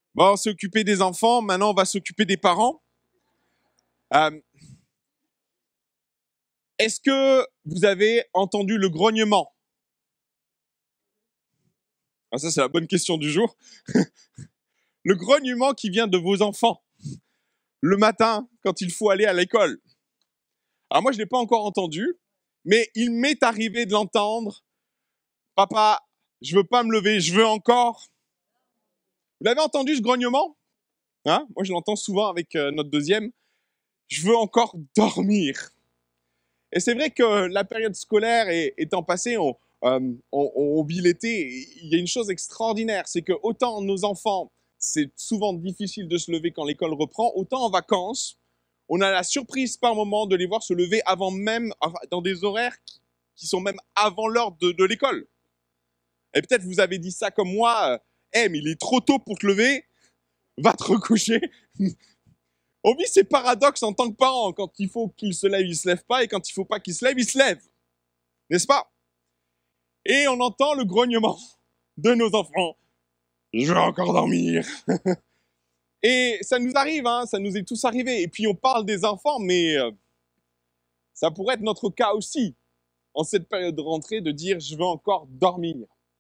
Bon, on s'est occupé des enfants, maintenant on va s'occuper des parents. Euh, Est-ce que vous avez entendu le grognement? Ah, ça, c'est la bonne question du jour. Le grognement qui vient de vos enfants le matin quand il faut aller à l'école. Alors moi, je ne l'ai pas encore entendu, mais il m'est arrivé de l'entendre. Papa, je veux pas me lever, je veux encore. Vous l'avez entendu ce grognement? Hein? Moi, je l'entends souvent avec notre deuxième. Je veux encore dormir. Et c'est vrai que la période scolaire étant passée, on vit l'été. Il y a une chose extraordinaire, c'est que autant nos enfants, c'est souvent difficile de se lever quand l'école reprend, autant en vacances, on a la surprise par moment de les voir se lever avant même, dans des horaires qui sont même avant l'heure de l'école. Et peut-être vous avez dit ça comme moi, hey, mais il est trop tôt pour te lever, va te recoucher. On vit ces paradoxes en tant que parents. Quand il faut qu'il se lève, il se lève pas, et quand il faut pas qu'il se lève, il se lève. N'est-ce pas? Et on entend le grognement de nos enfants. Je vais encore dormir. Et ça nous arrive, hein, ça nous est tous arrivé. Et puis on parle des enfants, mais ça pourrait être notre cas aussi, en cette période de rentrée, de dire je veux encore dormir.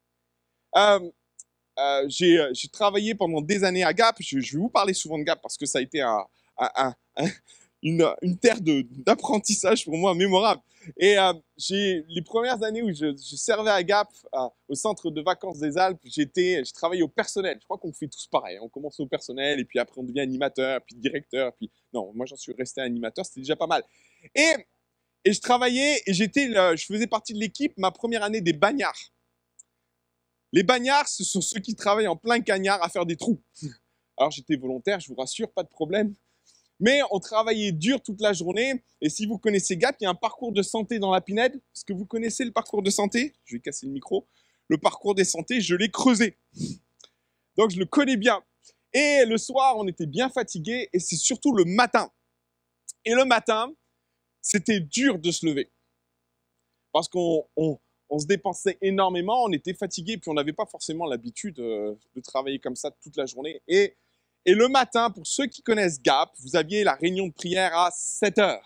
J'ai travaillé pendant des années à Gap. Je vais vous parler souvent de Gap parce que ça a été un, une terre d'apprentissage pour moi mémorable. Et j'ai les premières années où je servais à Gap, au centre de vacances des Alpes, je travaillais au personnel. Je crois qu'on fait tous pareil. On commence au personnel et puis après on devient animateur, puis directeur. Puis non, moi j'en suis resté animateur, c'était déjà pas mal. Et, et je travaillais et je faisais partie de l'équipe ma première année des bagnards. Les bagnards, ce sont ceux qui travaillent en plein cagnard à faire des trous. Alors j'étais volontaire, je vous rassure, pas de problème. Mais on travaillait dur toute la journée. Et si vous connaissez Gap, il y a un parcours de santé dans la Pinède. Est-ce que vous connaissez le parcours de santé? Je vais casser le micro. Le parcours des santé, je l'ai creusé. Donc je le connais bien. Et le soir, on était bien fatigués. Et c'est surtout le matin. Et le matin, c'était dur de se lever. Parce qu'on se dépensait énormément, on était fatigué, puis on n'avait pas forcément l'habitude de travailler comme ça toute la journée. Et le matin, pour ceux qui connaissent Gap, vous aviez la réunion de prière à 7 heures.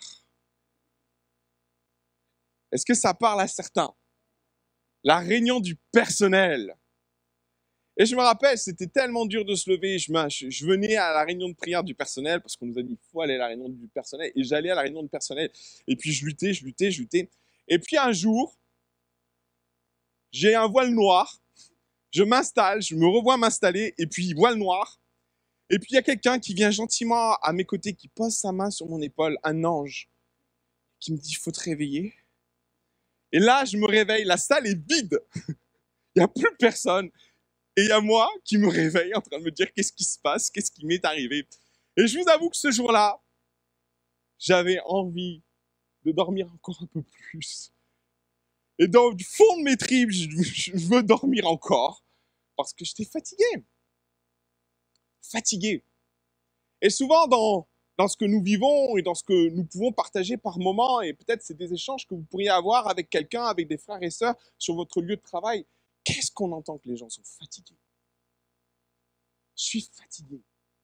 Est-ce que ça parle à certains? La réunion du personnel. Et je me rappelle, c'était tellement dur de se lever. Je venais à la réunion de prière du personnel parce qu'on nous a dit il faut aller à la réunion du personnel. Et j'allais à la réunion du personnel. Et puis je luttais. Et puis un jour, j'ai un voile noir. Je m'installe, je me revois m'installer. Et puis voile noir. Et puis il y a quelqu'un qui vient gentiment à mes côtés, qui pose sa main sur mon épaule, un ange, qui me dit il faut te réveiller. Et là, je me réveille, la salle est vide. Il n'y a plus personne. Et il y a moi qui me réveille en train de me dire qu'est-ce qui se passe, qu'est-ce qui m'est arrivé. Et je vous avoue que ce jour-là, j'avais envie de dormir encore un peu plus. Et dans le fond de mes tripes, je veux dormir encore parce que j'étais fatigué. Fatigué. Et souvent, dans ce que nous vivons et dans ce que nous pouvons partager par moment, et peut-être c'est des échanges que vous pourriez avoir avec quelqu'un, avec des frères et sœurs sur votre lieu de travail, qu'est-ce qu'on entend que les gens sont fatigués? Je suis fatigué.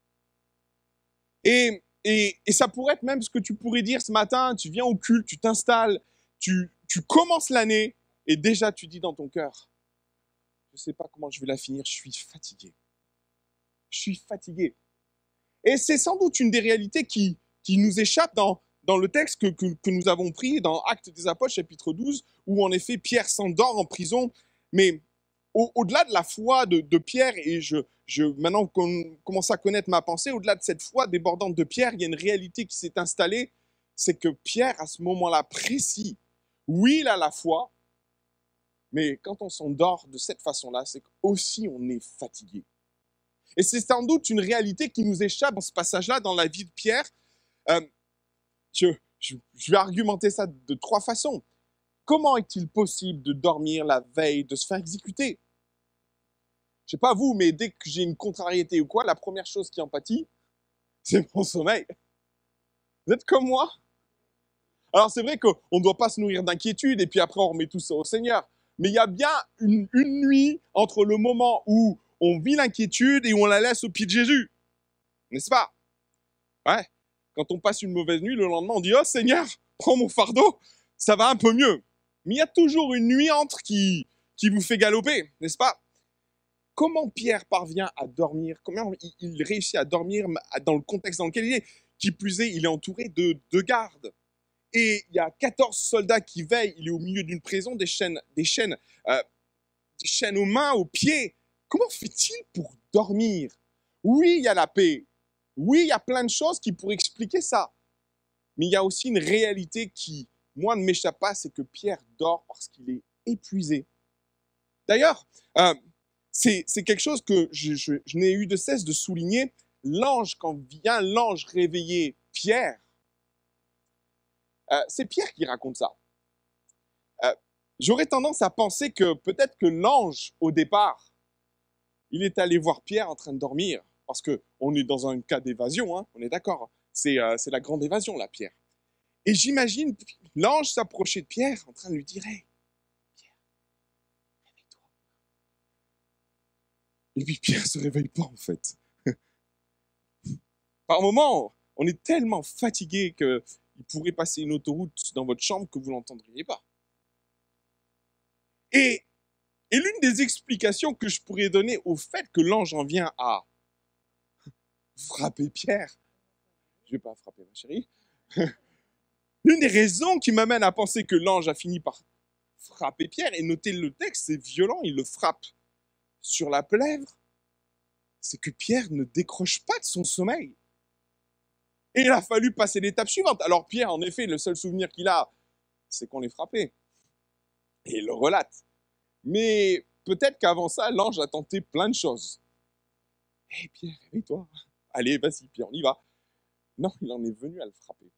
Et ça pourrait être même ce que tu pourrais dire ce matin, tu viens au culte, tu t'installes, tu commences l'année, et déjà tu dis dans ton cœur, je ne sais pas comment je vais la finir, je suis fatigué. Je suis fatigué. Et c'est sans doute une des réalités qui nous échappe dans le texte que nous avons pris dans Actes des Apôtres, chapitre 12, où en effet Pierre s'endort en prison. Mais au-delà de la foi de Pierre, et maintenant qu'on commence à connaître ma pensée, au-delà de cette foi débordante de Pierre, il y a une réalité qui s'est installée, c'est que Pierre, à ce moment-là précis, oui, il a la foi, mais quand on s'endort de cette façon-là, c'est qu'aussi on est fatigué. Et c'est sans doute une réalité qui nous échappe dans ce passage-là, dans la vie de Pierre. Euh, je vais argumenter ça de trois façons. Comment est-il possible de dormir la veille de se faire exécuter? Je ne sais pas vous, mais dès que j'ai une contrariété ou quoi, la première chose qui en pâtit, c'est mon sommeil. Vous êtes comme moi? Alors c'est vrai qu'on ne doit pas se nourrir d'inquiétude et puis après on remet tout ça au Seigneur. Mais il y a bien une nuit entre le moment où on vit l'inquiétude et on la laisse au pied de Jésus. N'est-ce pas? Ouais. Quand on passe une mauvaise nuit, le lendemain, on dit « Oh Seigneur, prends mon fardeau, ça va un peu mieux. » Mais il y a toujours une nuit entre qui vous fait galoper, n'est-ce pas? Comment Pierre parvient à dormir? Comment il réussit à dormir dans le contexte dans lequel il est? Qui plus est, il est entouré de gardes. Et il y a 14 soldats qui veillent. Il est au milieu d'une prison, des chaînes aux mains, aux pieds. Comment fait-il pour dormir? Oui, il y a la paix. Oui, il y a plein de choses qui pourraient expliquer ça. Mais il y a aussi une réalité qui, moi, ne m'échappe pas, c'est que Pierre dort parce qu'il est épuisé. D'ailleurs, c'est quelque chose que je n'ai eu de cesse de souligner. L'ange, quand vient l'ange réveiller Pierre, c'est Pierre qui raconte ça. J'aurais tendance à penser que peut-être que l'ange, au départ, il est allé voir Pierre en train de dormir, parce qu'on est dans un cas d'évasion, hein, on est d'accord. C'est la grande évasion, là, Pierre. Et j'imagine l'ange s'approcher de Pierre en train de lui dire « Hey, Pierre, réveille-toi. » Et puis Pierre ne se réveille pas, en fait. Par moments, on est tellement fatigué qu'il pourrait passer une autoroute dans votre chambre que vous ne l'entendriez pas. Et l'une des explications que je pourrais donner au fait que l'ange en vient à frapper Pierre, je ne vais pas frapper ma chérie, l'une des raisons qui m'amène à penser que l'ange a fini par frapper Pierre, et notez le texte, c'est violent, il le frappe sur la plèvre, c'est que Pierre ne décroche pas de son sommeil. Et il a fallu passer l'étape suivante. Alors Pierre, en effet, le seul souvenir qu'il a, c'est qu'on l'ait frappé. Et il le relate. Mais peut-être qu'avant ça, l'ange a tenté plein de choses. « Hé Pierre, réveille-toi. Allez, vas-y, Pierre, on y va. » Non, il en est venu à le frapper.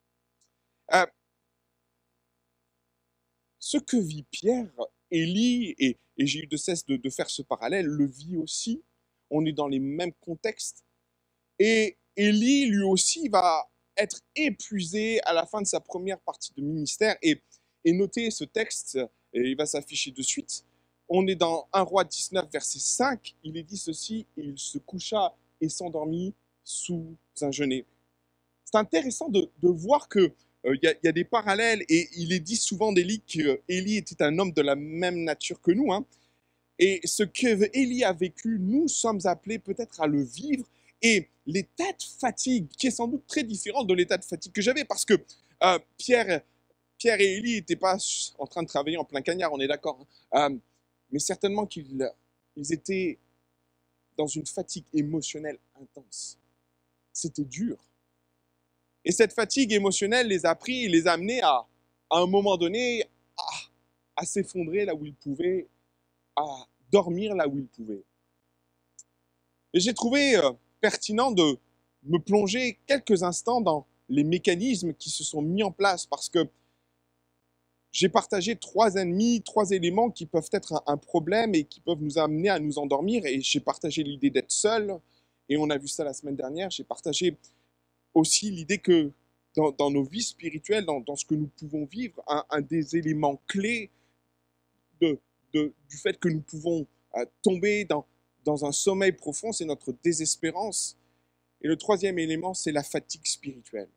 Ce que vit Pierre, Élie, et j'ai eu de cesse de faire ce parallèle, le vit aussi. On est dans les mêmes contextes. Et Élie, lui aussi, va être épuisé à la fin de sa première partie de ministère. Et notez ce texte, et il va s'afficher de suite. On est dans 1 Roi 19, verset 5. Il est dit ceci, « Et il se coucha et s'endormit sous un genêt. » C'est intéressant de voir que il y a des parallèles, et il est dit souvent d'Élie qu'Élie était un homme de la même nature que nous. Hein. Et ce que Élie a vécu, nous sommes appelés peut-être à le vivre. Et l'état de fatigue, qui est sans doute très différent de l'état de fatigue que j'avais, parce que Pierre et Élie n'étaient pas en train de travailler en plein cagnard, on est d'accord. Hein. Mais certainement qu'ils étaient dans une fatigue émotionnelle intense. C'était dur. Et cette fatigue émotionnelle les a pris et les a amenés à un moment donné, à s'effondrer là où ils pouvaient, à dormir là où ils pouvaient. Et j'ai trouvé pertinent de me plonger quelques instants dans les mécanismes qui se sont mis en place, parce que j'ai partagé 3 ennemis, 3 éléments qui peuvent être un problème et qui peuvent nous amener à nous endormir. Et j'ai partagé l'idée d'être seul, et on a vu ça la semaine dernière. J'ai partagé aussi l'idée que dans nos vies spirituelles, dans ce que nous pouvons vivre, un des éléments clés du fait que nous pouvons tomber dans un sommeil profond, c'est notre désespérance. Et le 3e élément, c'est la fatigue spirituelle.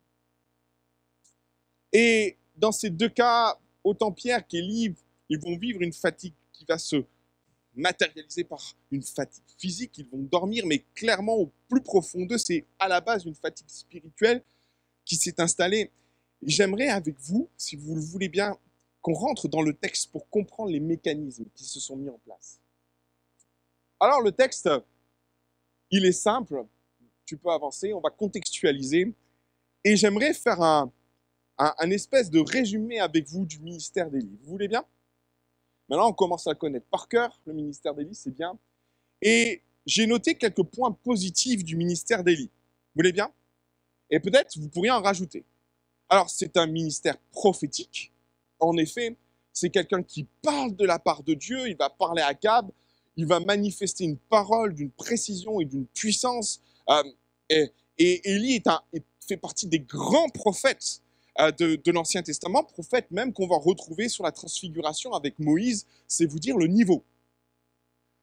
Et dans ces 2 cas, autant Pierre qu'Élie, ils vont vivre une fatigue qui va se matérialisée par une fatigue physique, ils vont dormir, mais clairement au plus profond d'eux, c'est à la base une fatigue spirituelle qui s'est installée. J'aimerais avec vous, si vous le voulez bien, qu'on rentre dans le texte pour comprendre les mécanismes qui se sont mis en place. Alors le texte, il est simple, tu peux avancer, on va contextualiser, et j'aimerais faire un espèce de résumé avec vous du ministère d'Élie. Vous voulez bien ? Maintenant, on commence à le connaître par cœur, le ministère d'Élie, c'est bien. Et j'ai noté quelques points positifs du ministère d'Élie. Vous voulez bien? Et peut-être vous pourriez en rajouter. Alors, c'est un ministère prophétique. En effet, c'est quelqu'un qui parle de la part de Dieu, il va parler à Akab, il va manifester une parole d'une précision et d'une puissance. Et Élie fait partie des grands prophètes de l'Ancien Testament, prophète même qu'on va retrouver sur la transfiguration avec Moïse, c'est vous dire le niveau.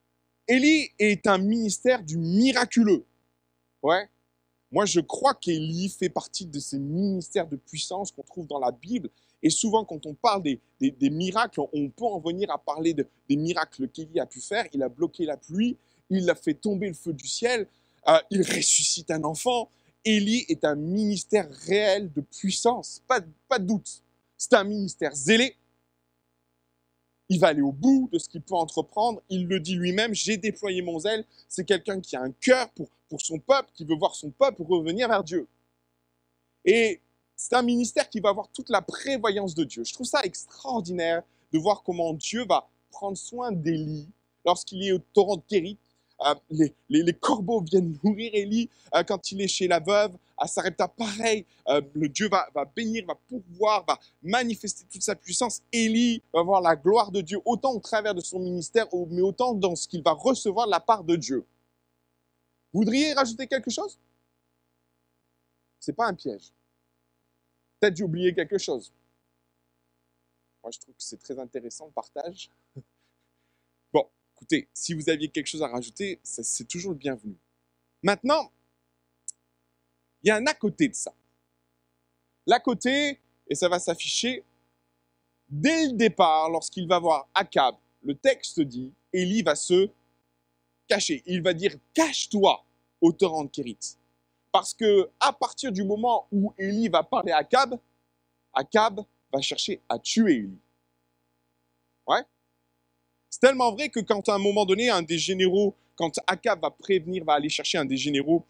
Élie est un ministère du miraculeux. Ouais. Moi, je crois qu'Élie fait partie de ces ministères de puissance qu'on trouve dans la Bible. Et souvent, quand on parle des miracles, on peut en venir à parler des miracles qu'Élie a pu faire. Il a bloqué la pluie, il a fait tomber le feu du ciel, il ressuscite un enfant. Élie est un ministère réel de puissance, pas de doute. C'est un ministère zélé. Il va aller au bout de ce qu'il peut entreprendre. Il le dit lui-même, j'ai déployé mon zèle. C'est quelqu'un qui a un cœur pour son peuple, qui veut voir son peuple revenir vers Dieu. Et c'est un ministère qui va avoir toute la prévoyance de Dieu. Je trouve ça extraordinaire de voir comment Dieu va prendre soin d'Élie lorsqu'il est au torrent de Kérit. Les corbeaux viennent nourrir Élie quand il est chez la veuve. À Sarepta, pareil, le Dieu va bénir, va pourvoir, va manifester toute sa puissance. Élie va voir la gloire de Dieu, autant au travers de son ministère, mais autant dans ce qu'il va recevoir de la part de Dieu. Vous voudriez rajouter quelque chose? C'est pas un piège. Peut-être j'ai oublié quelque chose. Moi, je trouve que c'est très intéressant le partage. Bon, écoutez, si vous aviez quelque chose à rajouter, c'est toujours le bienvenu. Maintenant, il y a un à côté de ça. L'à côté, et ça va s'afficher, dès le départ, lorsqu'il va voir Akab, le texte dit, Élie va se cacher. Il va dire, cache-toi au torrent de Kérit. Parce que à partir du moment où Élie va parler à Akab, Akab va chercher à tuer Élie. Ouais. C'est tellement vrai que quand à un moment donné, un des généraux, quand Akab va prévenir, va aller chercher un des généraux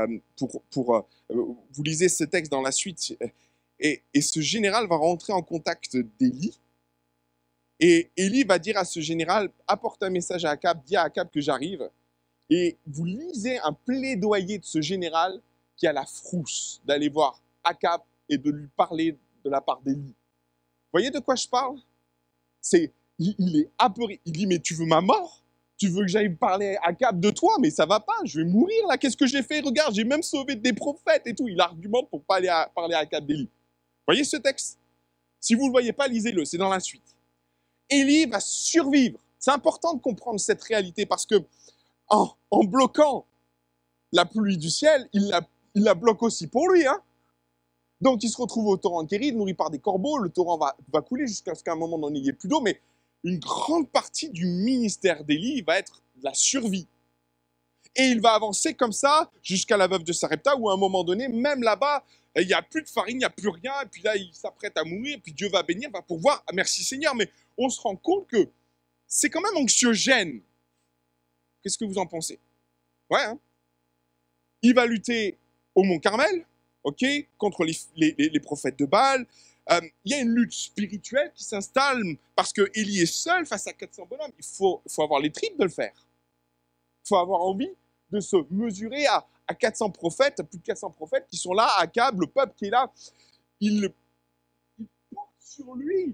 vous lisez ce texte dans la suite, et ce général va rentrer en contact d'Élie, et Élie va dire à ce général, apporte un message à Akab, dis à Akab que j'arrive, et vous lisez un plaidoyer de ce général qui a la frousse d'aller voir Akab et de lui parler de la part d'Élie. Vous voyez de quoi je parle? Il est apeuré. Il dit, mais tu veux ma mort? Tu veux que j'aille parler à Akab de toi? Mais ça va pas, je vais mourir là. Qu'est-ce que j'ai fait? Regarde, j'ai même sauvé des prophètes et tout. Il argumente pour pas aller parler à Akab d'Élie. Vous voyez ce texte? Si vous ne le voyez pas, lisez-le, c'est dans la suite. Élie va survivre. C'est important de comprendre cette réalité parce que en bloquant la pluie du ciel, il la bloque aussi pour lui. Hein. Donc il se retrouve au torrent de Kérit, nourri par des corbeaux. Le torrent va couler jusqu'à ce qu'à un moment donné, il n'y ait plus d'eau. Mais une grande partie du ministère d'Élie va être la survie. Et il va avancer comme ça jusqu'à la veuve de Sarepta, où à un moment donné, même là-bas, il n'y a plus de farine, il n'y a plus rien. Et puis là, il s'apprête à mourir. Puis Dieu va bénir, va pourvoir. Merci Seigneur. Mais on se rend compte que c'est quand même anxiogène. Qu'est-ce que vous en pensez? Ouais, hein? Il va lutter au Mont Carmel, ok, contre les prophètes de Baal. Il y a une lutte spirituelle qui s'installe parce que Élie est seul face à 400 bonhommes. Il faut avoir les tripes de le faire. Il faut avoir envie de se mesurer à 400 prophètes, plus de 400 prophètes qui sont là, Akab, le peuple qui est là. Il porte sur lui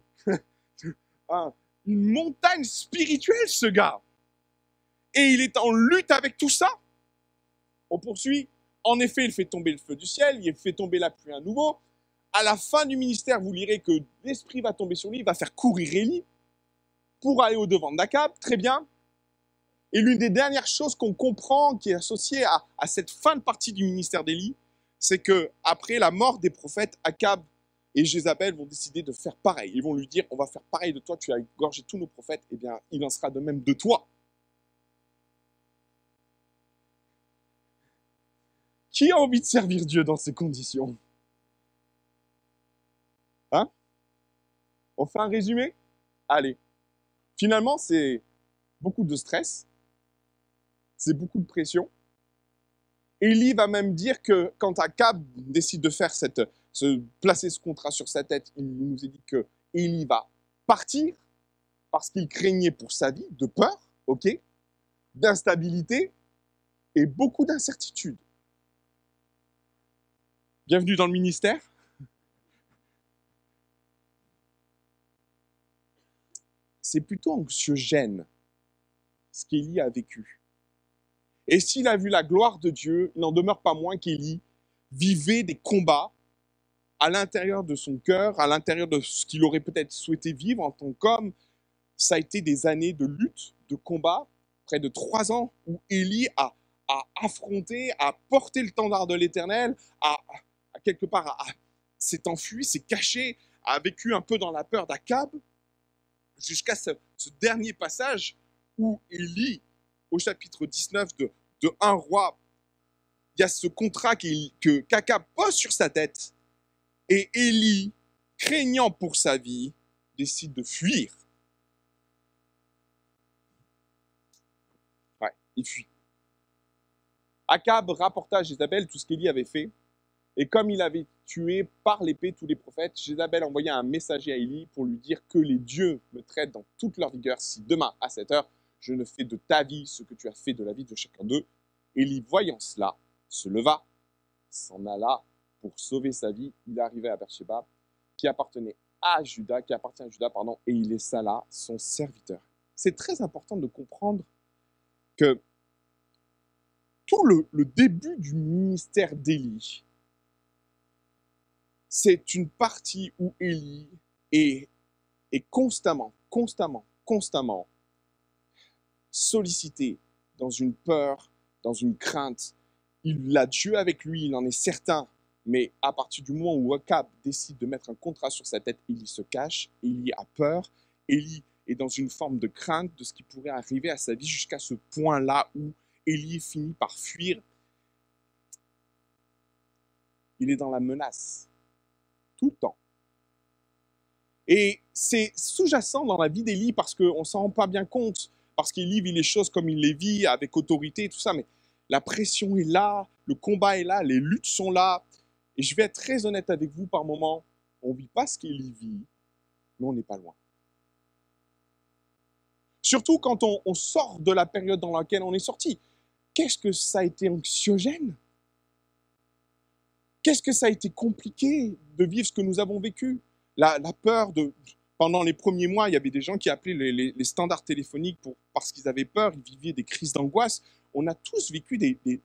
une montagne spirituelle, ce gars. Et il est en lutte avec tout ça. On poursuit. En effet, il fait tomber le feu du ciel, il fait tomber la pluie à nouveau. À la fin du ministère, vous lirez que l'esprit va tomber sur lui, il va faire courir Élie pour aller au-devant d'Akab, très bien. Et l'une des dernières choses qu'on comprend, qui est associée à cette fin de partie du ministère d'Élie, c'est que après la mort des prophètes, Akab et Jézabel vont décider de faire pareil. Ils vont lui dire, on va faire pareil de toi, tu as égorgé tous nos prophètes, eh bien, il en sera de même de toi. Qui a envie de servir Dieu dans ces conditions? Hein? On fait un résumé? Allez. Finalement, c'est beaucoup de stress, c'est beaucoup de pression. Élie va même dire que quand Akab décide de faire placer ce contrat sur sa tête, il nous est dit que Élie va partir parce qu'il craignait pour sa vie, de peur, ok, d'instabilité et beaucoup d'incertitude. Bienvenue dans le ministère. C'est plutôt anxiogène ce qu'Élie a vécu. Et s'il a vu la gloire de Dieu, il n'en demeure pas moins qu'Élie vivait des combats à l'intérieur de son cœur, à l'intérieur de ce qu'il aurait peut-être souhaité vivre en tant qu'homme. Ça a été des années de lutte, de combat, près de 3 ans, où Élie a affronté, a porté le standard de l'Éternel, a quelque part s'est enfui, s'est caché, a vécu un peu dans la peur d'Akab, jusqu'à ce dernier passage où Élie, au chapitre 19 de 1 roi, il y a ce contrat qu'Akab pose sur sa tête, et Élie, craignant pour sa vie, décide de fuir. Ouais, il fuit. Akab rapporta à Jézabel tout ce qu'Élie avait fait, et comme il avait tué par l'épée tous les prophètes, Jézabel envoya un messager à Élie pour lui dire que les dieux me traitent dans toute leur vigueur si demain, à cette heure, je ne fais de ta vie ce que tu as fait de la vie de chacun d'eux. Élie, voyant cela, se leva, s'en alla pour sauver sa vie. Il arrivait à Beersheba, qui appartient à Juda, et il laissa là son serviteur. C'est très important de comprendre que tout le début du ministère d'Élie, c'est une partie où Élie est constamment sollicité dans une peur, dans une crainte. Il a Dieu avec lui, il en est certain, mais à partir du moment où Akab décide de mettre un contrat sur sa tête, Élie se cache, Élie a peur, Élie est dans une forme de crainte de ce qui pourrait arriver à sa vie jusqu'à ce point-là où Élie finit par fuir. Il est dans la menace, tout le temps. Et c'est sous-jacent dans la vie d'Élie parce qu'on ne s'en rend pas bien compte, parce qu'Élie vit les choses comme il les vit, avec autorité, tout ça, mais la pression est là, le combat est là, les luttes sont là. Et je vais être très honnête avec vous par moment, on ne vit pas ce qu'Élie vit, mais on n'est pas loin. Surtout quand on sort de la période dans laquelle on est sorti. Qu'est-ce que ça a été anxiogène? Qu'est-ce que ça a été compliqué de vivre ce que nous avons vécu? La peur pendant les premiers mois, il y avait des gens qui appelaient les standards téléphoniques parce qu'ils avaient peur, ils vivaient des crises d'angoisse. On a tous vécu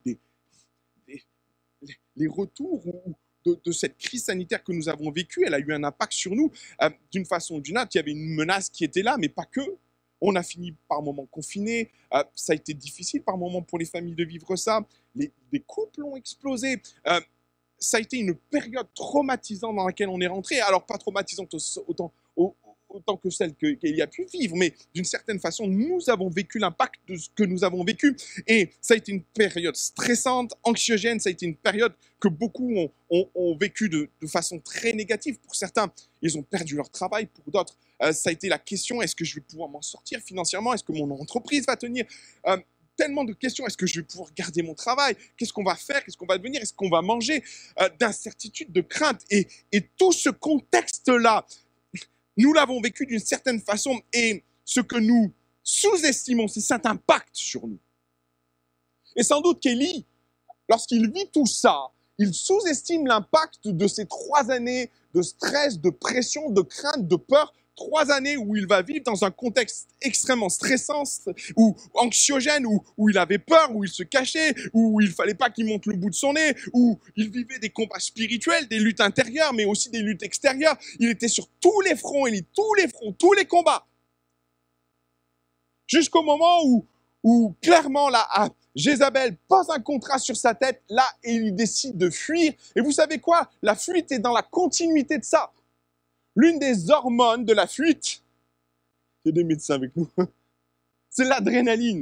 les retours de cette crise sanitaire que nous avons vécue. Elle a eu un impact sur nous d'une façon ou d'une autre. Il y avait une menace qui était là, mais pas que. On a fini par moments confinés. Ça a été difficile par moments pour les familles de vivre ça. Les couples ont explosé. Ça a été une période traumatisante dans laquelle on est rentré. Alors, pas traumatisante autant que celle qu'elle a pu vivre, mais d'une certaine façon, nous avons vécu l'impact de ce que nous avons vécu. Et ça a été une période stressante, anxiogène. Ça a été une période que beaucoup ont vécu de façon très négative. Pour certains, ils ont perdu leur travail. Pour d'autres, ça a été la question, est-ce que je vais pouvoir m'en sortir financièrement? Est-ce que mon entreprise va tenir? Tellement de questions. Est-ce que je vais pouvoir garder mon travail? Qu'est-ce qu'on va faire? Qu'est-ce qu'on va devenir? Est-ce qu'on va manger? D'incertitude, de crainte. Et tout ce contexte-là, nous l'avons vécu d'une certaine façon. Et ce que nous sous-estimons, c'est cet impact sur nous. Et sans doute qu'Élie, lorsqu'il vit tout ça, il sous-estime l'impact de ces 3 années de stress, de pression, de crainte, de peur. 3 années où il va vivre dans un contexte extrêmement stressant, ou anxiogène, où il avait peur, où il se cachait, où il ne fallait pas qu'il monte le bout de son nez, où il vivait des combats spirituels, des luttes intérieures, mais aussi des luttes extérieures. Il était sur tous les fronts, tous les combats. Jusqu'au moment où clairement, là, Jézabel pose un contrat sur sa tête, là, et il décide de fuir. Et vous savez quoi? La fuite est dans la continuité de ça. L'une des hormones de la fuite, il y a des médecins avec nous, c'est l'adrénaline.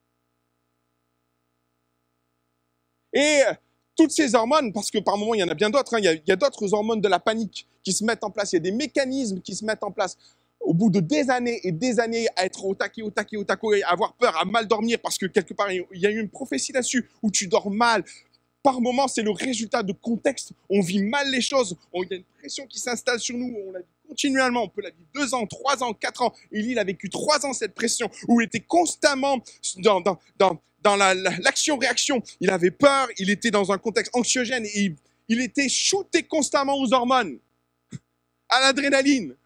Et toutes ces hormones, parce que par moments, il y en a bien d'autres, il y a d'autres hormones de la panique qui se mettent en place, il y a des mécanismes qui se mettent en place. Au bout de des années et des années à être au taquet, à avoir peur, à mal dormir, parce que quelque part, il y a eu une prophétie là-dessus, où tu dors mal. Par moments, c'est le résultat de contexte. On vit mal les choses. Il y a une pression qui s'installe sur nous. On la vit continuellement. On peut la vivre 2 ans, 3 ans, 4 ans. Élie, il a vécu 3 ans cette pression où il était constamment dans l'action-réaction. Il avait peur. Il était dans un contexte anxiogène. Et il était shooté constamment aux hormones, à l'adrénaline.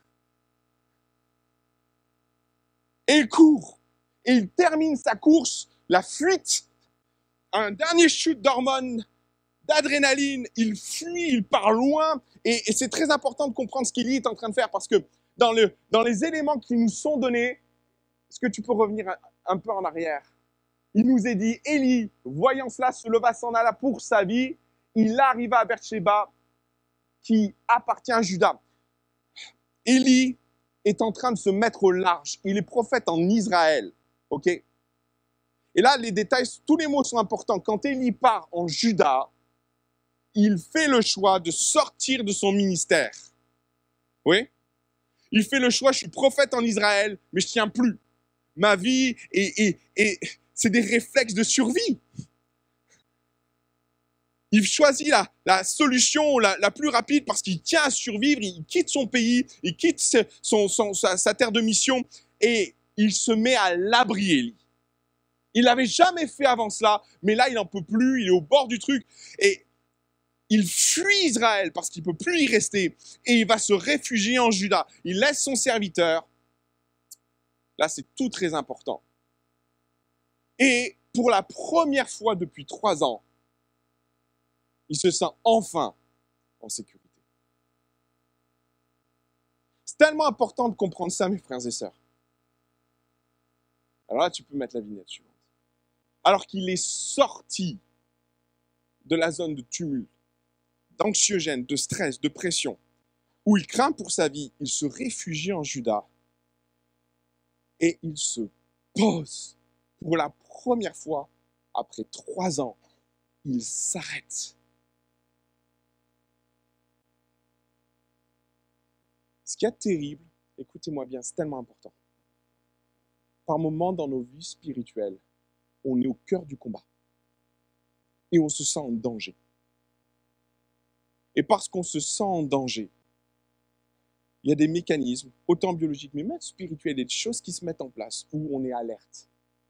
Et il court. Et il termine sa course, la fuite. Un dernier shoot d'hormones, d'adrénaline, il fuit, il part loin. Et c'est très important de comprendre ce qu'Élie est en train de faire parce que dans les éléments qui nous sont donnés, est-ce que tu peux revenir un peu en arrière? il nous est dit, Élie, voyant cela, se leva, s'en alla pour sa vie. Il arriva à Beersheba, qui appartient à Juda. Élie est en train de se mettre au large. Il est prophète en Israël. Ok? Et là, les détails, tous les mots sont importants. Quand Élie part en Juda, il fait le choix de sortir de son ministère. Oui? Il fait le choix, je suis prophète en Israël, mais je ne tiens plus. Ma vie, c'est des réflexes de survie. Il choisit la solution la plus rapide parce qu'il tient à survivre, il quitte son pays, il quitte sa terre de mission et il se met à l'abri, Élie. Il l'avait jamais fait avant cela, mais là, il n'en peut plus, il est au bord du truc. Et il fuit Israël parce qu'il ne peut plus y rester et il va se réfugier en Juda. Il laisse son serviteur. Là, c'est tout très important. Et pour la première fois depuis 3 ans, il se sent enfin en sécurité. C'est tellement important de comprendre ça, mes frères et sœurs. Alors là, tu peux mettre la vignette suivante. Alors qu'il est sorti de la zone de tumulte, d'anxiogène, de stress, de pression, où il craint pour sa vie, il se réfugie en Juda et il se pose pour la première fois après 3 ans. Il s'arrête. Ce qui est terrible, écoutez-moi bien, c'est tellement important. Par moments dans nos vies spirituelles, on est au cœur du combat et on se sent en danger. Et parce qu'on se sent en danger, il y a des mécanismes, autant biologiques, mais même spirituels, des choses qui se mettent en place où on est alerte,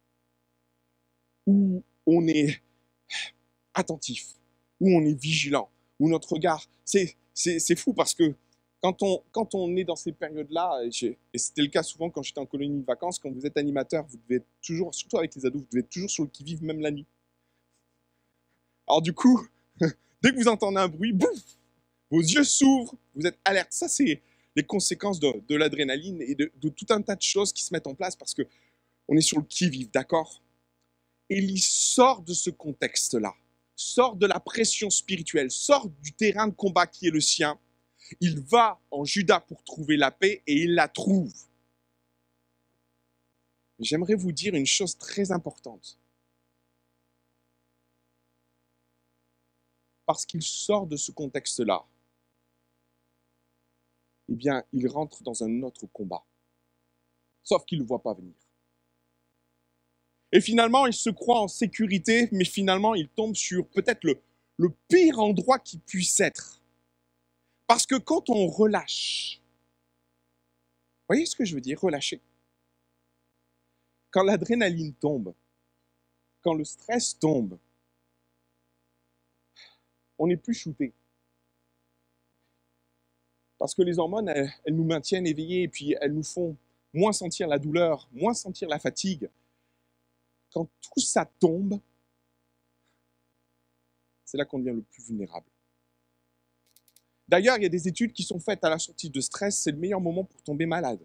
où on est attentif, où on est vigilant, où notre regard, c'est fou parce que quand on est dans ces périodes-là, et c'était le cas souvent quand j'étais en colonie de vacances, quand vous êtes animateur, vous devez être toujours, surtout avec les ados, vous devez être toujours sur le qui-vive, même la nuit. Alors du coup, dès que vous entendez un bruit, bouf, vos yeux s'ouvrent, vous êtes alerte. Ça, c'est les conséquences de l'adrénaline et de tout un tas de choses qui se mettent en place parce qu'on est sur le qui-vive, d'accord? Élie sort de ce contexte-là, sort de la pression spirituelle, sort du terrain de combat qui est le sien. Il va en Juda pour trouver la paix et il la trouve. J'aimerais vous dire une chose très importante. Parce qu'il sort de ce contexte-là, eh bien, il rentre dans un autre combat. Sauf qu'il ne le voit pas venir. Et finalement, il se croit en sécurité, mais finalement, il tombe sur peut-être le pire endroit qui puisse être. Parce que quand on relâche, vous voyez ce que je veux dire, relâcher? Quand l'adrénaline tombe, quand le stress tombe, on n'est plus shooté. Parce que les hormones, elles nous maintiennent éveillés et puis elles nous font moins sentir la douleur, moins sentir la fatigue. Quand tout ça tombe, c'est là qu'on devient le plus vulnérable. D'ailleurs, il y a des études qui sont faites à la sortie de stress, c'est le meilleur moment pour tomber malade.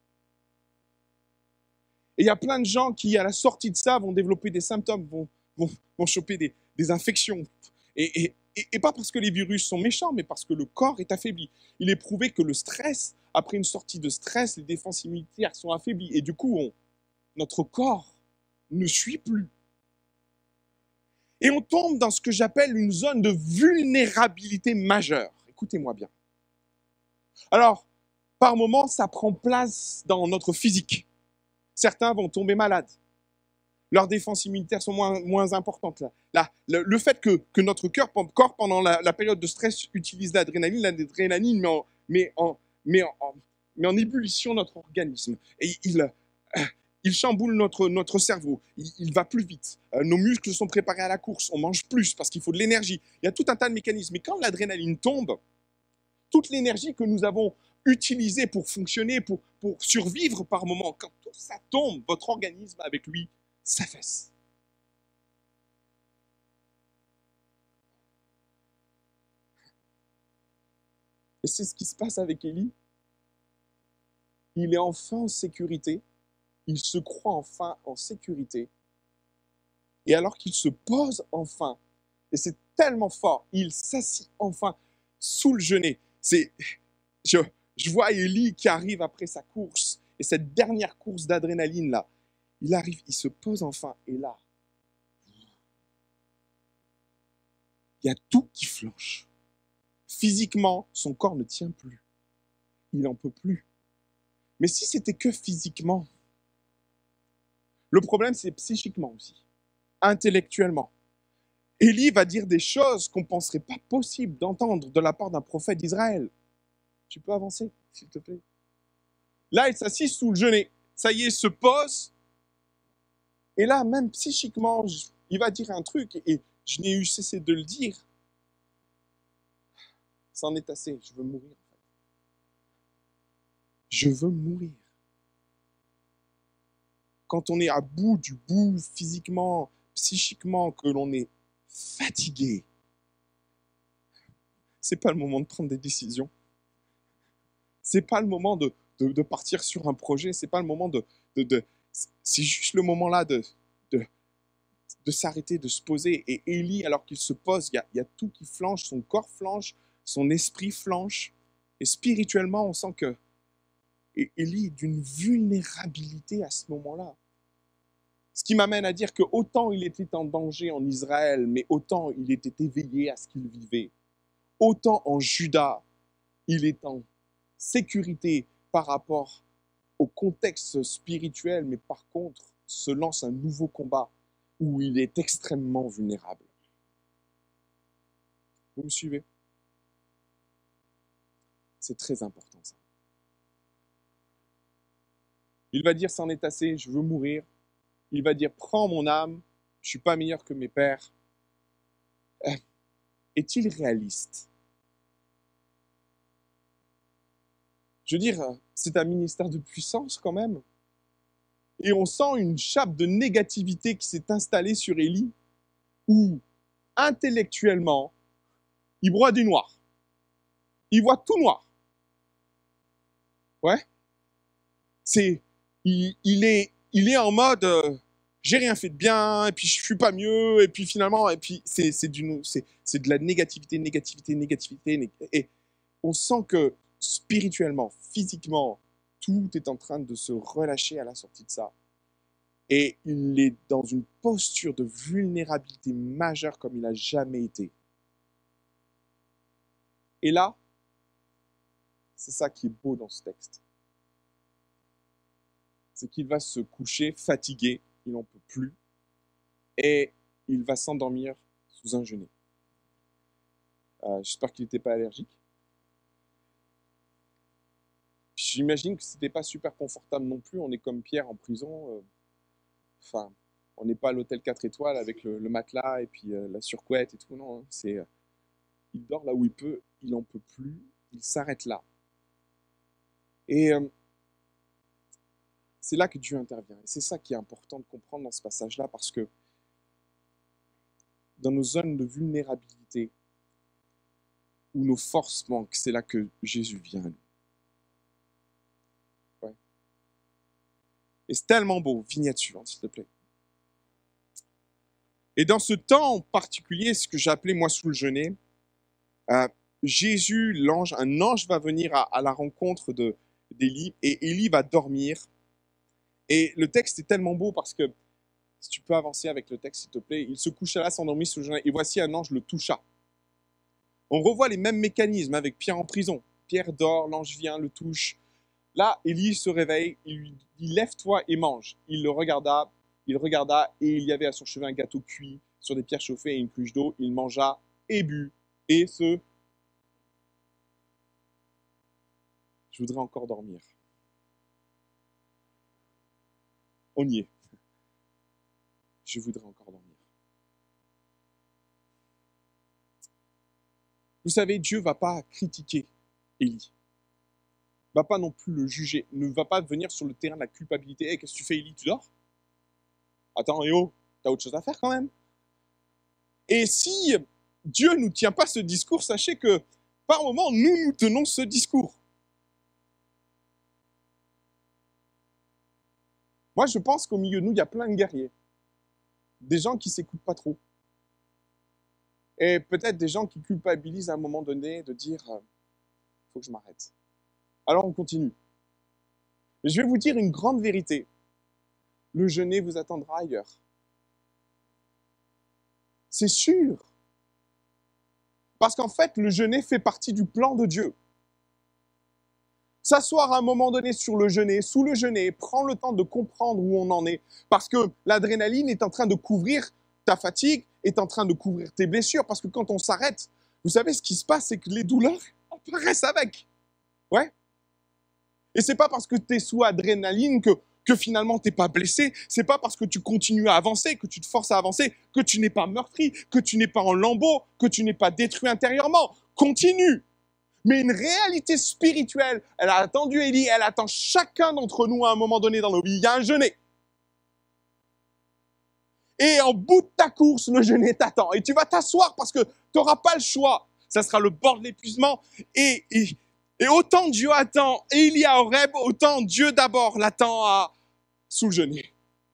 Et il y a plein de gens qui, à la sortie de ça, vont développer des symptômes, vont choper des infections. Et pas parce que les virus sont méchants, mais parce que le corps est affaibli. Il est prouvé que le stress, après une sortie de stress, les défenses immunitaires sont affaiblies. Et du coup, notre corps ne suit plus. Et on tombe dans ce que j'appelle une zone de vulnérabilité majeure. Écoutez-moi bien. Alors, par moments, ça prend place dans notre physique. Certains vont tomber malades. Leurs défenses immunitaires sont moins importantes. Le fait que notre corps, pendant la période de stress, utilise l'adrénaline met en ébullition notre organisme. Et il chamboule notre cerveau. Il va plus vite. Nos muscles sont préparés à la course. On mange plus parce qu'il faut de l'énergie. Il y a tout un tas de mécanismes. Mais quand l'adrénaline tombe, toute l'énergie que nous avons utilisée pour fonctionner, pour survivre par moment, quand tout ça tombe, votre organisme avec lui s'affaisse. Et c'est ce qui se passe avec Élie. Il est enfin en sécurité. Il se croit enfin en sécurité. Et alors qu'il se pose enfin, et c'est tellement fort, il s'assit enfin sous le genêt. Je, je vois Élie qui arrive après sa course, et cette dernière course d'adrénaline là, il arrive, il se pose enfin, et là, il y a tout qui flanche. Physiquement, son corps ne tient plus. Il n'en peut plus. Mais si c'était que physiquement, le problème c'est psychiquement aussi, intellectuellement. Élie va dire des choses qu'on ne penserait pas possible d'entendre de la part d'un prophète d'Israël. Tu peux avancer, s'il te plaît. Là, il s'assit sous le genêt. Ça y est, il se pose. Et là, même psychiquement, il va dire un truc, et je n'ai eu cessé de le dire. C'en est assez, je veux mourir. Je veux mourir. Quand on est à bout du bout, physiquement, psychiquement, que l'on est fatigué, c'est pas le moment de prendre des décisions. C'est pas le moment de partir sur un projet. C'est pas le moment c'est juste le moment là de s'arrêter, de se poser. Et Élie, alors qu'il se pose, il y a tout qui flanche, son corps flanche, son esprit flanche. Et spirituellement, on sent que Élie est d'une vulnérabilité à ce moment-là. Ce qui m'amène à dire que autant il était en danger en Israël, mais autant il était éveillé à ce qu'il vivait. Autant en Juda, il est en sécurité par rapport au contexte spirituel, mais par contre, se lance un nouveau combat où il est extrêmement vulnérable. Vous me suivez? C'est très important ça. Il va dire, c'en est assez, je veux mourir. Il va dire, prends mon âme, je ne suis pas meilleur que mes pères. Est-il réaliste? Je veux dire, c'est un ministère de puissance quand même. Et on sent une chape de négativité qui s'est installée sur Élie, où intellectuellement, il broie du noir. Il voit tout noir. Ouais. Il est en mode, j'ai rien fait de bien, et puis je suis pas mieux, et puis finalement, et puis c'est de la négativité, et on sent que spirituellement, physiquement, tout est en train de se relâcher à la sortie de ça. Et il est dans une posture de vulnérabilité majeure comme il n'a jamais été. Et là, c'est ça qui est beau dans ce texte. C'est qu'il va se coucher fatigué, il n'en peut plus, et il va s'endormir sous un genêt. J'espère qu'il n'était pas allergique. J'imagine que ce n'était pas super confortable non plus, on est comme Pierre en prison. Enfin, on n'est pas à l'hôtel 4 étoiles avec le matelas et puis la surcouette et tout, non. Il dort là où il peut, il n'en peut plus, il s'arrête là. Et c'est là que Dieu intervient. Et c'est ça qui est important de comprendre dans ce passage-là, parce que dans nos zones de vulnérabilité, où nos forces manquent, c'est là que Jésus vient à nous. Ouais. Et c'est tellement beau, vignette suivante, s'il te plaît. Et dans ce temps en particulier, ce que j'ai appelé moi sous le genêt, Jésus, un ange va venir à la rencontre d'Élie, et Élie va dormir. Et le texte est tellement beau parce que, si tu peux avancer avec le texte, s'il te plaît, il se coucha là, s'endormit sous le genêt, et voici un ange le toucha. On revoit les mêmes mécanismes avec Pierre en prison. Pierre dort, l'ange vient, le touche. Là, Élie se réveille, il lui dit « Lève-toi et mange ». Il regarda, et il y avait à son chevet un gâteau cuit sur des pierres chauffées et une cruche d'eau. Il mangea et but, et je voudrais encore dormir. On y est. Je voudrais encore dormir. Vous savez, Dieu ne va pas critiquer Élie. Ne va pas non plus le juger. Ne va pas venir sur le terrain de la culpabilité. Hey, qu'est-ce que tu fais, Élie? Tu dors? Attends, t'as autre chose à faire quand même. Et si Dieu ne nous tient pas ce discours, sachez que par moments, nous tenons ce discours. Moi, je pense qu'au milieu de nous, il y a plein de guerriers. des gens qui s'écoutent pas trop. Et peut-être des gens qui culpabilisent à un moment donné de dire faut que je m'arrête. Alors on continue. Mais je vais vous dire une grande vérité. Le jeûner vous attendra ailleurs. C'est sûr. Parce qu'en fait, le jeûner fait partie du plan de Dieu. S'asseoir à un moment donné sur le jeûner, sous le jeûner, prendre le temps de comprendre où on en est. Parce que l'adrénaline est en train de couvrir ta fatigue, est en train de couvrir tes blessures. Parce que quand on s'arrête, vous savez ce qui se passe, c'est que les douleurs apparaissent avec. Ouais. Et c'est pas parce que tu es sous adrénaline que finalement tu n'es pas blessé. C'est pas parce que tu continues à avancer, que tu te forces à avancer, que tu n'es pas meurtri, que tu n'es pas en lambeaux, que tu n'es pas détruit intérieurement. Continue. Mais une réalité spirituelle, elle a attendu Élie, elle attend chacun d'entre nous à un moment donné dans nos vies. Il y a un jeûner. Et en bout de ta course, le jeûner t'attend. Et tu vas t'asseoir parce que tu n'auras pas le choix. Ça sera le bord de l'épuisement. Et autant Dieu attend Élie à Horeb, autant Dieu d'abord l'attend sous le jeûner.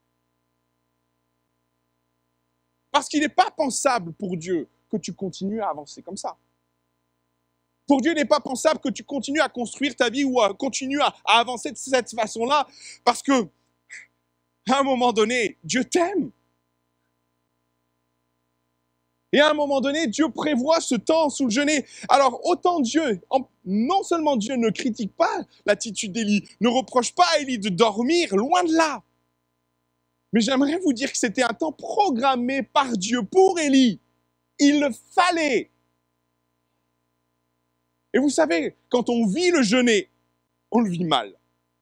Parce qu'il n'est pas pensable pour Dieu que tu continues à avancer comme ça. Pour Dieu, il n'est pas pensable que tu continues à construire ta vie ou à continuer à avancer de cette façon-là, parce que, à un moment donné, Dieu t'aime. Et à un moment donné, Dieu prévoit ce temps sous le jeûner. Alors, autant Dieu, non seulement Dieu ne critique pas l'attitude d'Élie, ne reproche pas à Élie de dormir, loin de là. Mais j'aimerais vous dire que c'était un temps programmé par Dieu pour Élie. Il le fallait. Et vous savez, quand on vit le jeûner, on le vit mal.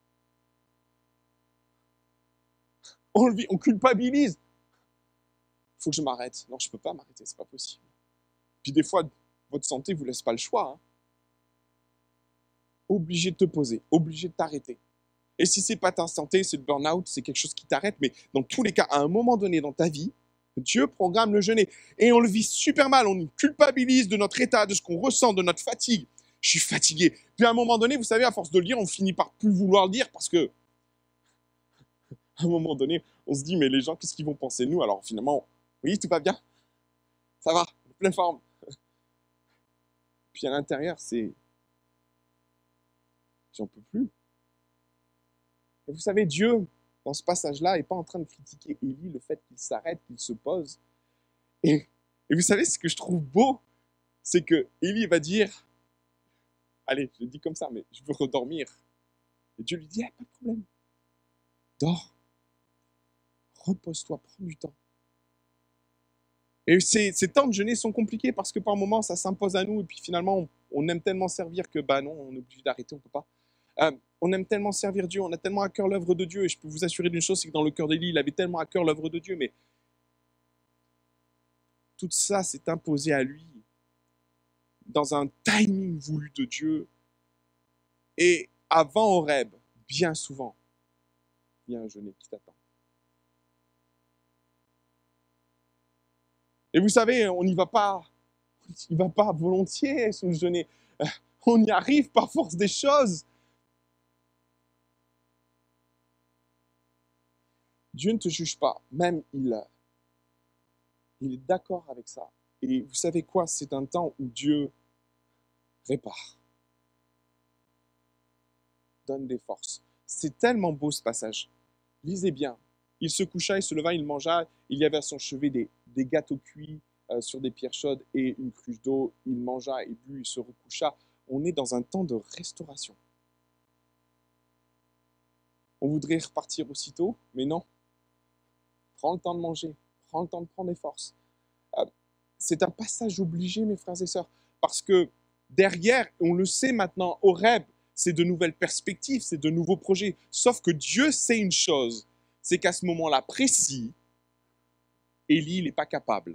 On le vit, on culpabilise. Il faut que je m'arrête. Non, je ne peux pas m'arrêter, c'est pas possible. Puis des fois, votre santé ne vous laisse pas le choix. Obligé de te poser, obligé de t'arrêter. Et si ce n'est pas ta santé, c'est le burn-out, c'est quelque chose qui t'arrête. Mais dans tous les cas, à un moment donné dans ta vie, Dieu programme le jeûner. Et on le vit super mal, on nous culpabilise de notre état, de ce qu'on ressent, de notre fatigue. Je suis fatigué. Puis à un moment donné, vous savez, à force de le dire, on finit par plus vouloir le dire parce que, à un moment donné, on se dit, mais les gens, qu'est-ce qu'ils vont penser de nous? Alors finalement, oui, tout va bien. Ça va, pleine forme. Puis à l'intérieur, c'est, j'en peux plus. Et vous savez, Dieu, dans ce passage-là, n'est pas en train de critiquer Élie, le fait qu'il s'arrête, qu'il se pose. Et vous savez, ce que je trouve beau, c'est que Élie va dire, allez, je le dis comme ça, mais je veux redormir. Et Dieu lui dit, pas de problème. Dors. Repose-toi, prends du temps. Et ces temps de jeûner sont compliqués parce que par moments, ça s'impose à nous et puis finalement, on aime tellement servir que, non, on est obligé d'arrêter, on ne peut pas. On aime tellement servir Dieu, on a tellement à cœur l'œuvre de Dieu et je peux vous assurer d'une chose, c'est que dans le cœur d'Élie, il avait tellement à cœur l'œuvre de Dieu, mais tout ça s'est imposé à lui dans un timing voulu de Dieu. Et avant Horeb, bien souvent, il y a un jeûner qui t'attend. Et vous savez, on n'y va pas volontiers sous le jeûner. On y arrive par force des choses. Dieu ne te juge pas, même il est d'accord avec ça. Et vous savez quoi? C'est un temps où Dieu répare, donne des forces. C'est tellement beau ce passage. Lisez bien. Il se coucha, il se leva, il mangea. Il y avait à son chevet des gâteaux cuits sur des pierres chaudes et une cruche d'eau. Il mangea et but, il se recoucha. On est dans un temps de restauration. On voudrait repartir aussitôt, mais non. Prends le temps de manger, prends le temps de prendre des forces. C'est un passage obligé, mes frères et sœurs, parce que derrière, on le sait maintenant, Horeb, c'est de nouvelles perspectives, c'est de nouveaux projets. Sauf que Dieu sait une chose, c'est qu'à ce moment-là précis, Élie n'est pas capable.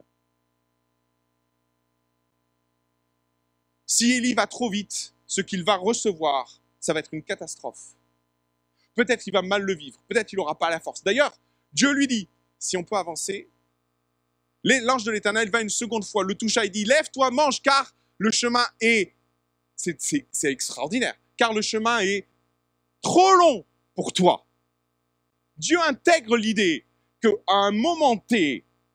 Si Élie va trop vite, ce qu'il va recevoir, ça va être une catastrophe. Peut-être qu'il va mal le vivre, peut-être qu'il n'aura pas la force. D'ailleurs, Dieu lui dit, si on peut avancer, l'ange de l'Éternel va une seconde fois, le toucha et dit, lève-toi, mange, car le chemin est... C'est extraordinaire, car le chemin est trop long pour toi. Dieu intègre l'idée qu'à un moment T,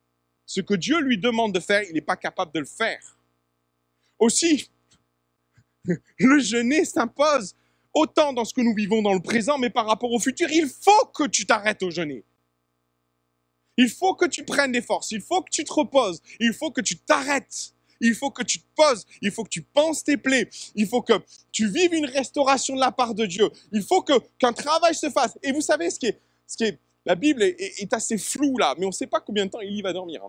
Ce que Dieu lui demande de faire, il n'est pas capable de le faire. Aussi, le jeûner s'impose autant dans ce que nous vivons dans le présent, mais par rapport au futur, il faut que tu t'arrêtes au jeûner. Il faut que tu prennes des forces, il faut que tu te reposes, il faut que tu t'arrêtes, il faut que tu te poses, il faut que tu penses tes plaies, il faut que tu vives une restauration de la part de Dieu, il faut qu'un travail se fasse. Et vous savez, la Bible est assez floue là, mais on ne sait pas combien de temps il y va dormir.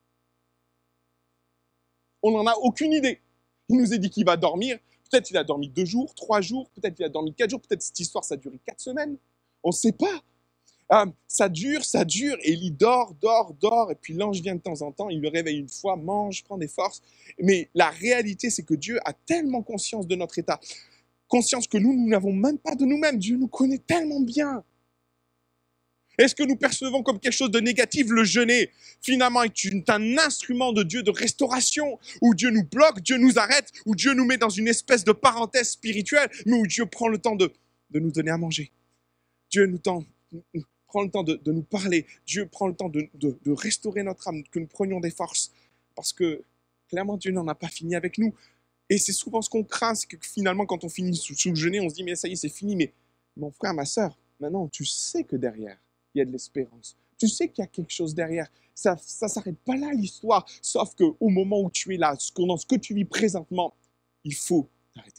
On n'en a aucune idée. Il nous a dit qu'il va dormir, peut-être il a dormi 2 jours, 3 jours, peut-être il a dormi 4 jours, peut-être cette histoire ça a duré 4 semaines, on ne sait pas. Ça dure, et il dort, et puis l'ange vient de temps en temps, il le réveille une fois, mange, prend des forces. Mais la réalité, c'est que Dieu a tellement conscience de notre état, conscience que nous n'avons même pas de nous-mêmes. Dieu nous connaît tellement bien. Est-ce que nous percevons comme quelque chose de négatif le jeûner? Finalement, est un instrument de Dieu de restauration, où Dieu nous bloque, Dieu nous arrête, où Dieu nous met dans une espèce de parenthèse spirituelle, mais où Dieu prend le temps de nous donner à manger. Dieu prend le temps de nous parler. Dieu prend le temps de restaurer notre âme, que nous prenions des forces. Parce que, clairement, Dieu n'en a pas fini avec nous. Et c'est souvent ce qu'on craint, c'est que finalement, quand on finit sous le jeûner, on se dit, mais ça y est, c'est fini. Mais mon frère, ma sœur, maintenant, tu sais que derrière, il y a de l'espérance. Tu sais qu'il y a quelque chose derrière. Ça ne s'arrête pas là, l'histoire. Sauf qu'au moment où tu es là, dans ce que tu vis présentement, il faut t'arrêter.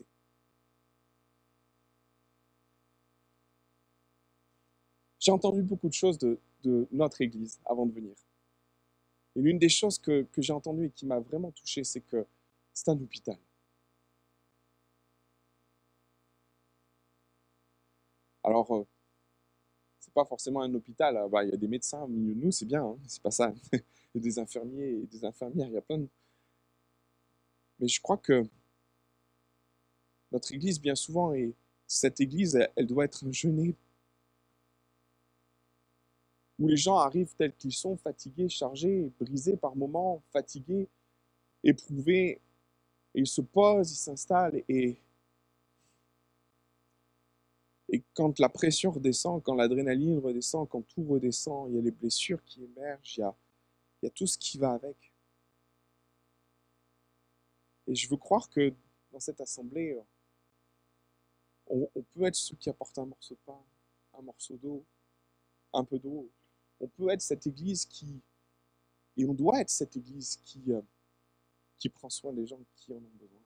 J'ai entendu beaucoup de choses de notre Église avant de venir. Et l'une des choses que j'ai entendues et qui m'a vraiment touché, c'est que c'est un hôpital. Alors, c'est pas forcément un hôpital. Il y a des médecins au milieu de nous, c'est bien, hein, c'est pas ça. Il y a des infirmiers et des infirmières, il y a plein de... Mais je crois que notre Église, bien souvent, et cette Église, elle doit être un jeûner où les gens arrivent tels qu'ils sont, fatigués, chargés, brisés par moments, fatigués, éprouvés, et ils se posent, ils s'installent, et quand la pression redescend, quand l'adrénaline redescend, quand tout redescend, il y a les blessures qui émergent, il y a tout ce qui va avec. Et je veux croire que dans cette assemblée, on peut être ceux qui apportent un morceau de pain, un morceau d'eau, un peu d'eau. On peut être cette Église et on doit être cette Église qui prend soin des gens qui en ont besoin.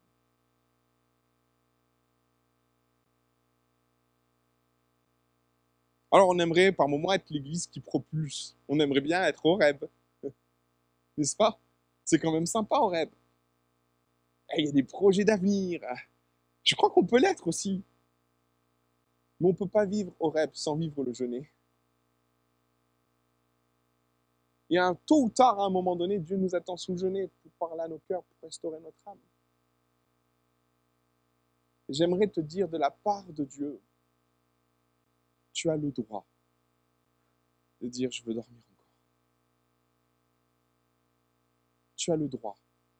Alors on aimerait par moments être l'Église qui propulse. On aimerait bien être Horeb, n'est-ce pas? C'est quand même sympa Horeb. Il y a des projets d'avenir. Je crois qu'on peut l'être aussi. Mais on ne peut pas vivre Horeb sans vivre le jeûner. Et tôt ou tard, à un moment donné, Dieu nous attend sous le jeûner pour parler à nos cœurs, pour restaurer notre âme. J'aimerais te dire de la part de Dieu, tu as le droit de dire je veux dormir encore. Tu as le droit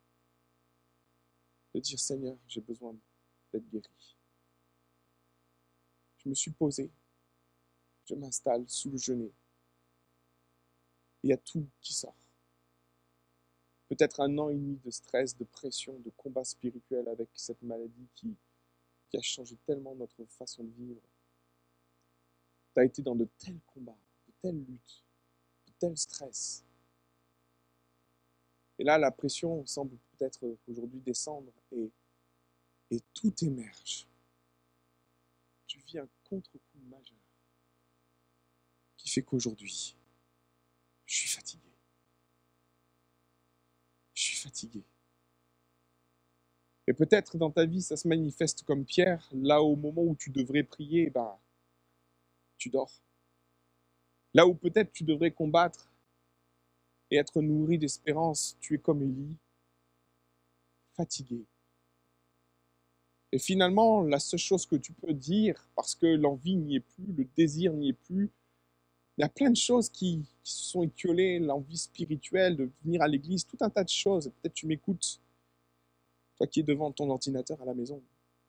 de dire Seigneur, j'ai besoin d'être guéri. Je me suis posé, je m'installe sous le jeûner. Il y a tout qui sort. Peut-être 1 an et demi de stress, de pression, de combat spirituel avec cette maladie qui a changé tellement notre façon de vivre. Tu as été dans de tels combats, de telles luttes, de tels stress. Et là, la pression semble peut-être aujourd'hui descendre et tout émerge. Tu vis un contre-coup majeur qui fait qu'aujourd'hui, je suis fatigué. Je suis fatigué. Et peut-être dans ta vie, ça se manifeste comme Pierre, là au moment où tu devrais prier, tu dors. Là où peut-être tu devrais combattre et être nourri d'espérance, tu es comme Élie, fatigué. Et finalement, la seule chose que tu peux dire, parce que l'envie n'y est plus, le désir n'y est plus, il y a plein de choses qui se sont étiolées, l'envie spirituelle de venir à l'église, tout un tas de choses. Peut-être tu m'écoutes, toi qui es devant ton ordinateur à la maison.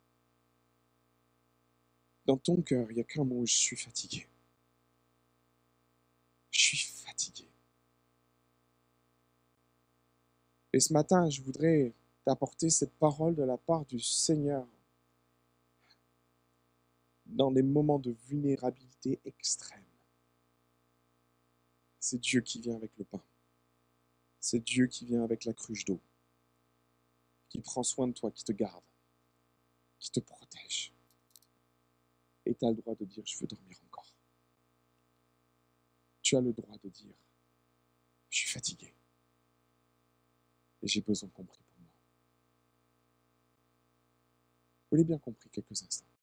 Dans ton cœur, il n'y a qu'un mot, je suis fatigué. Je suis fatigué. Et ce matin, je voudrais t'apporter cette parole de la part du Seigneur dans des moments de vulnérabilité extrême. C'est Dieu qui vient avec le pain. C'est Dieu qui vient avec la cruche d'eau, qui prend soin de toi, qui te garde, qui te protège. Et tu as le droit de dire, je veux dormir encore. Tu as le droit de dire, je suis fatigué et j'ai besoin qu'on prie pour moi. Vous l'avez bien compris quelques instants.